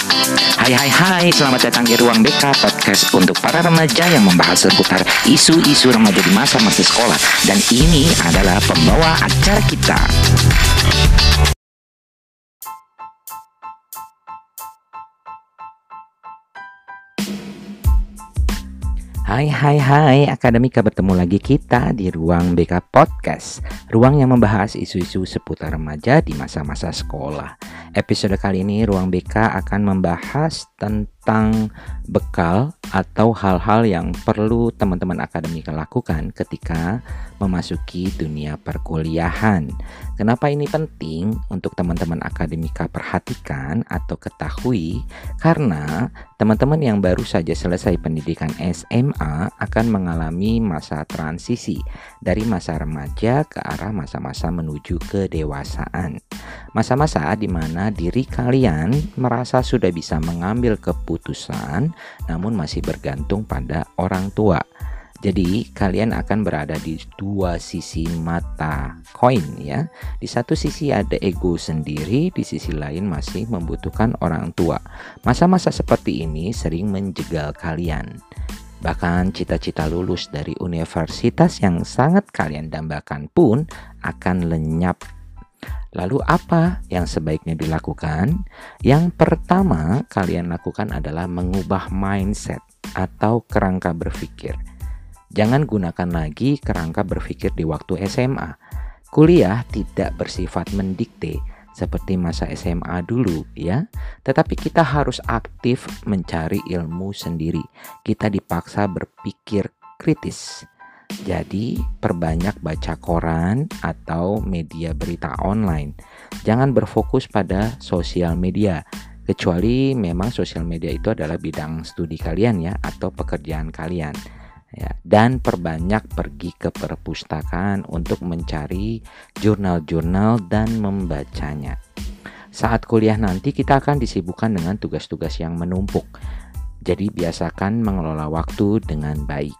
Hai, selamat datang di Ruang BK Podcast untuk para remaja yang membahas seputar isu-isu remaja di masa-masa sekolah. Dan ini adalah pembawa acara kita. Hai, Akademika, bertemu lagi kita di Ruang BK Podcast, ruang yang membahas isu-isu seputar remaja di masa-masa sekolah. Episode kali ini Ruang BK akan membahas tentang bekal atau hal-hal yang perlu teman-teman akademika lakukan ketika memasuki dunia perkuliahan. Kenapa ini penting untuk teman-teman akademika perhatikan atau ketahui? Karena teman-teman yang baru saja selesai pendidikan SMA akan mengalami masa transisi dari masa remaja ke arah masa-masa menuju kedewasaan. Masa-masa di mana diri kalian merasa sudah bisa mengambil keputusan namun masih bergantung pada orang tua. Jadi kalian akan berada di dua sisi mata koin ya. Di satu sisi ada ego sendiri, di sisi lain masih membutuhkan orang tua. Masa-masa seperti ini sering menjegal kalian. Bahkan cita-cita lulus dari universitas yang sangat kalian dambakan pun akan lenyap. Lalu apa yang sebaiknya dilakukan? Yang pertama kalian lakukan adalah mengubah mindset atau kerangka berpikir. Jangan gunakan lagi kerangka berpikir di waktu SMA. Kuliah tidak bersifat mendikte seperti masa SMA dulu ya. Tetapi kita harus aktif mencari ilmu sendiri. Kita dipaksa berpikir kritis. Jadi perbanyak baca koran atau media berita online. Jangan berfokus pada sosial media. Kecuali memang sosial media itu adalah bidang studi kalian ya, atau pekerjaan kalian. Ya, dan perbanyak pergi ke perpustakaan untuk mencari jurnal-jurnal dan membacanya. Saat kuliah nanti kita akan disibukkan dengan tugas-tugas yang menumpuk. Jadi biasakan mengelola waktu dengan baik.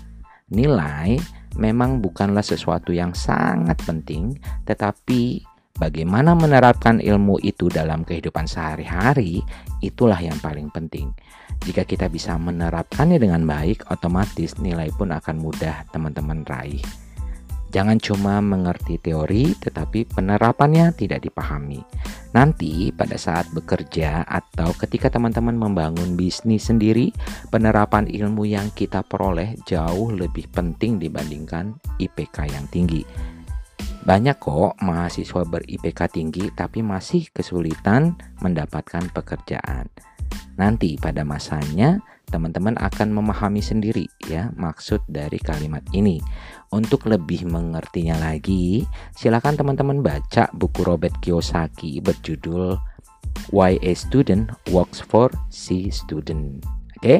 Nilai memang bukanlah sesuatu yang sangat penting, tetapi bagaimana menerapkan ilmu itu dalam kehidupan sehari-hari, itulah yang paling penting. Jika kita bisa menerapkannya dengan baik, otomatis nilai pun akan mudah teman-teman raih. Jangan cuma mengerti teori, tetapi penerapannya tidak dipahami. Nanti pada saat bekerja atau ketika teman-teman membangun bisnis sendiri, penerapan ilmu yang kita peroleh jauh lebih penting dibandingkan IPK yang tinggi. Banyak kok mahasiswa ber-IPK tinggi tapi masih kesulitan mendapatkan pekerjaan. Nanti pada masanya teman-teman akan memahami sendiri ya maksud dari kalimat ini. Untuk lebih mengertinya lagi, silakan teman-teman baca buku Robert Kiyosaki berjudul Why a Student Works for C Student. Oke?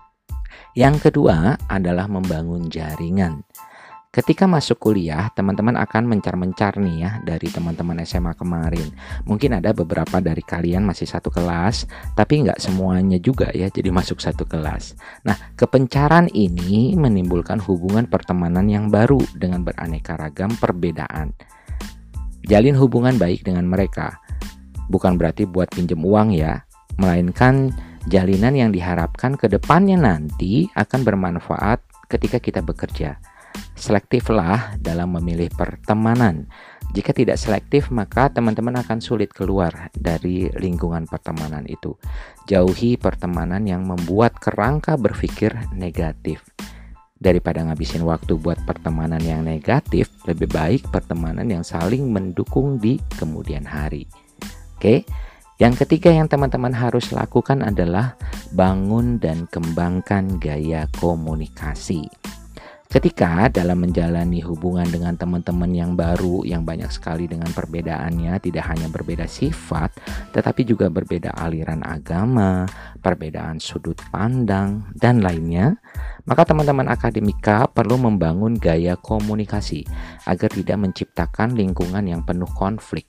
Yang kedua adalah membangun jaringan. Ketika masuk kuliah, teman-teman akan mencar-mencar nih ya dari teman-teman SMA kemarin. Mungkin ada beberapa dari kalian masih satu kelas, tapi nggak semuanya juga ya jadi masuk satu kelas. Nah, kepencaran ini menimbulkan hubungan pertemanan yang baru dengan beraneka ragam perbedaan. Jalin hubungan baik dengan mereka. Bukan berarti buat pinjam uang ya, melainkan jalinan yang diharapkan ke depannya nanti akan bermanfaat ketika kita bekerja. Selektiflah dalam memilih pertemanan. Jika tidak selektif, maka teman-teman akan sulit keluar dari lingkungan pertemanan itu. Jauhi pertemanan yang membuat kerangka berpikir negatif. Daripada ngabisin waktu buat pertemanan yang negatif, lebih baik pertemanan yang saling mendukung di kemudian hari. Oke? Yang ketiga yang teman-teman harus lakukan adalah bangun dan kembangkan gaya komunikasi. Ketika dalam menjalani hubungan dengan teman-teman yang baru, yang banyak sekali dengan perbedaannya, tidak hanya berbeda sifat, tetapi juga berbeda aliran agama, perbedaan sudut pandang, dan lainnya, maka teman-teman akademika perlu membangun gaya komunikasi agar tidak menciptakan lingkungan yang penuh konflik.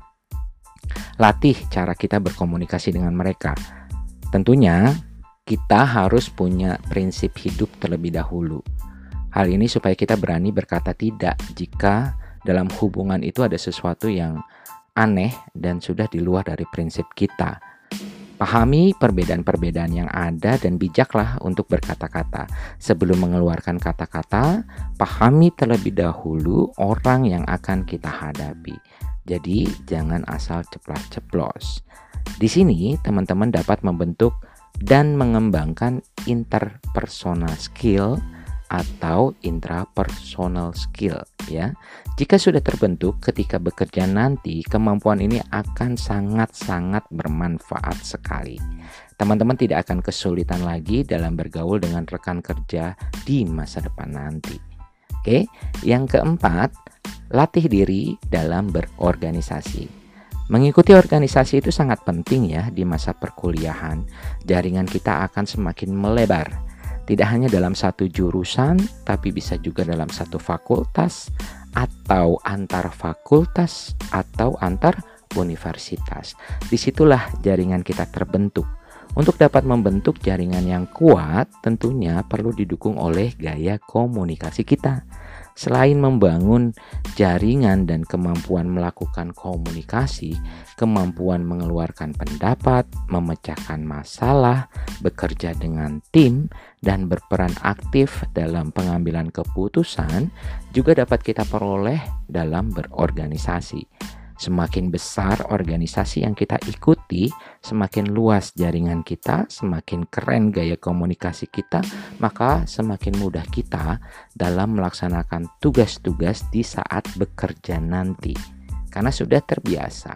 Latih cara kita berkomunikasi dengan mereka. Tentunya, kita harus punya prinsip hidup terlebih dahulu. Hal ini supaya kita berani berkata tidak jika dalam hubungan itu ada sesuatu yang aneh dan sudah di luar dari prinsip kita. Pahami perbedaan-perbedaan yang ada dan bijaklah untuk berkata-kata. Sebelum mengeluarkan kata-kata, pahami terlebih dahulu orang yang akan kita hadapi. Jadi, jangan asal ceplas-ceplos. Di sini, teman-teman dapat membentuk dan mengembangkan interpersonal skill atau intrapersonal skill ya. Jika sudah terbentuk ketika bekerja nanti, kemampuan ini akan sangat-sangat bermanfaat sekali. Teman-teman tidak akan kesulitan lagi dalam bergaul dengan rekan kerja di masa depan nanti. Oke, yang keempat, latih diri dalam berorganisasi. Mengikuti organisasi itu sangat penting ya di masa perkuliahan. Jaringan kita akan semakin melebar. Tidak hanya dalam satu jurusan, tapi bisa juga dalam satu fakultas, atau antar fakultas, atau antar universitas. Disitulah jaringan kita terbentuk. Untuk dapat membentuk jaringan yang kuat, tentunya perlu didukung oleh gaya komunikasi kita. Selain membangun jaringan dan kemampuan melakukan komunikasi, kemampuan mengeluarkan pendapat, memecahkan masalah, bekerja dengan tim, dan berperan aktif dalam pengambilan keputusan juga dapat kita peroleh dalam berorganisasi. Semakin besar organisasi yang kita ikuti, semakin luas jaringan kita, semakin keren gaya komunikasi kita, maka semakin mudah kita dalam melaksanakan tugas-tugas di saat bekerja nanti. Karena sudah terbiasa.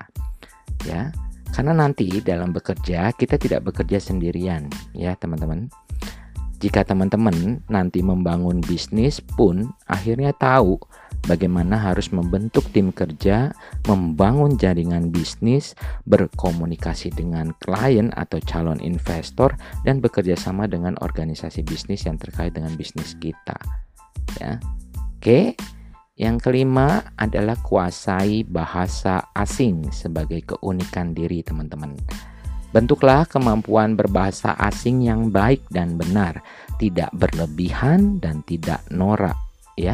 Ya. Karena nanti dalam bekerja kita tidak bekerja sendirian, ya, teman-teman. Jika teman-teman nanti membangun bisnis pun akhirnya tahu bagaimana harus membentuk tim kerja, membangun jaringan bisnis, berkomunikasi dengan klien atau calon investor, dan bekerja sama dengan organisasi bisnis yang terkait dengan bisnis kita. Ya. Oke. Yang kelima adalah kuasai bahasa asing sebagai keunikan diri teman-teman. Bentuklah kemampuan berbahasa asing yang baik dan benar, tidak berlebihan dan tidak norak, ya.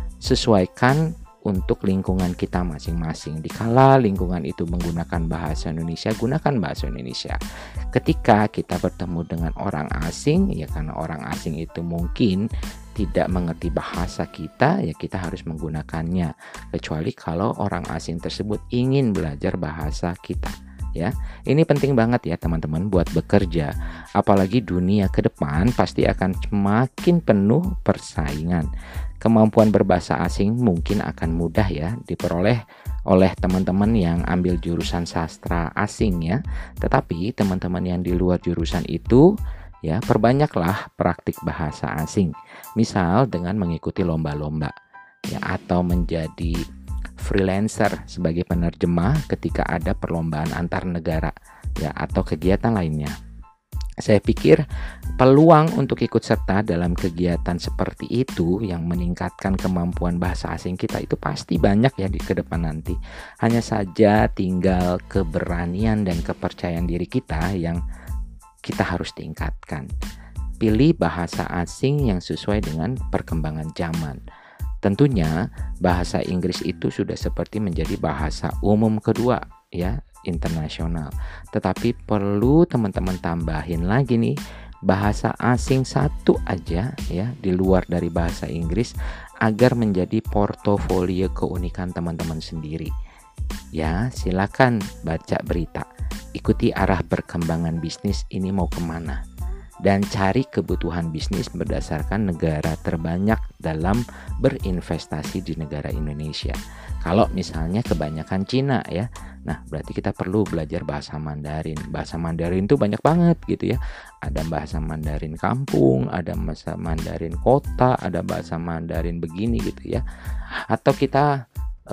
Sesuaikan untuk lingkungan kita masing-masing. Dikala lingkungan itu menggunakan bahasa Indonesia, gunakan bahasa Indonesia. Ketika kita bertemu dengan orang asing, ya karena orang asing itu mungkin tidak mengerti bahasa kita, ya kita harus menggunakannya. Kecuali kalau orang asing tersebut ingin belajar bahasa kita. Ya, ini penting banget ya teman-teman buat bekerja. Apalagi dunia ke depan pasti akan semakin penuh persaingan. Kemampuan berbahasa asing mungkin akan mudah ya diperoleh oleh teman-teman yang ambil jurusan sastra asing ya. Tetapi teman-teman yang di luar jurusan itu ya perbanyaklah praktik bahasa asing. Misal dengan mengikuti lomba-lomba ya, atau menjadi freelancer sebagai penerjemah ketika ada perlombaan antar negara ya, atau kegiatan lainnya. Saya pikir peluang untuk ikut serta dalam kegiatan seperti itu yang meningkatkan kemampuan bahasa asing kita itu pasti banyak ya di ke depan nanti. Hanya saja tinggal keberanian dan kepercayaan diri kita yang kita harus tingkatkan. Pilih bahasa asing yang sesuai dengan perkembangan zaman. Tentunya bahasa Inggris itu sudah seperti menjadi bahasa umum kedua ya, internasional. Tetapi perlu teman-teman tambahin lagi nih bahasa asing satu aja ya di luar dari bahasa Inggris agar menjadi portofolio keunikan teman-teman sendiri. Ya, silakan baca berita. Ikuti arah perkembangan bisnis ini mau kemana. Dan cari kebutuhan bisnis berdasarkan negara terbanyak dalam berinvestasi di negara Indonesia. Kalau misalnya kebanyakan Cina ya, nah berarti kita perlu belajar bahasa Mandarin. Bahasa Mandarin itu banyak banget gitu ya. Ada bahasa Mandarin kampung, ada bahasa Mandarin kota, ada bahasa Mandarin begini gitu ya. Atau kita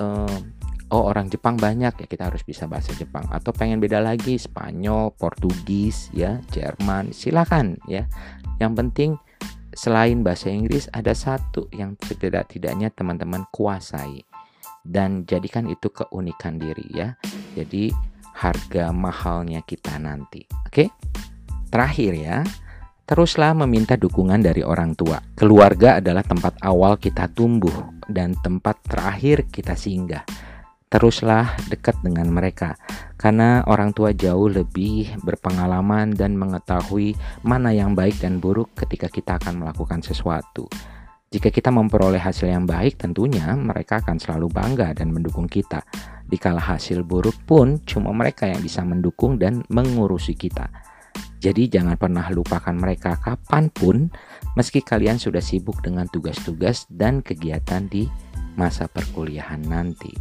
orang Jepang banyak ya, kita harus bisa bahasa Jepang. Atau pengen beda lagi, Spanyol, Portugis ya, Jerman, silakan ya. Yang penting selain bahasa Inggris ada satu yang setidak-tidaknya teman-teman kuasai dan jadikan itu keunikan diri ya. Jadi harga mahalnya kita nanti. Oke? Terakhir ya, teruslah meminta dukungan dari orang tua. Keluarga adalah tempat awal kita tumbuh dan tempat terakhir kita singgah. teruslah dekat dengan mereka, karena orang tua jauh lebih berpengalaman dan mengetahui mana yang baik dan buruk ketika kita akan melakukan sesuatu. Jika kita memperoleh hasil yang baik, tentunya mereka akan selalu bangga dan mendukung kita. Dikala hasil buruk pun, cuma mereka yang bisa mendukung dan mengurusi kita. Jadi jangan pernah lupakan mereka kapanpun, meski kalian sudah sibuk dengan tugas-tugas dan kegiatan di masa perkuliahan nanti.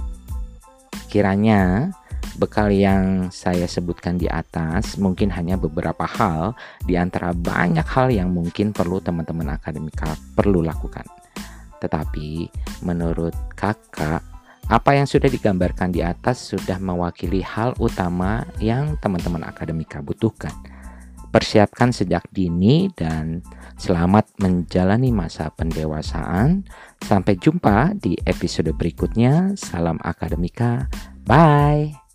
Kiranya bekal yang saya sebutkan di atas mungkin hanya beberapa hal di antara banyak hal yang mungkin perlu teman-teman akademika perlu lakukan. Tetapi menurut kakak, apa yang sudah digambarkan di atas sudah mewakili hal utama yang teman-teman akademika butuhkan. Persiapkan sejak dini dan selamat menjalani masa pendewasaan. Sampai jumpa di episode berikutnya. Salam akademika. Bye.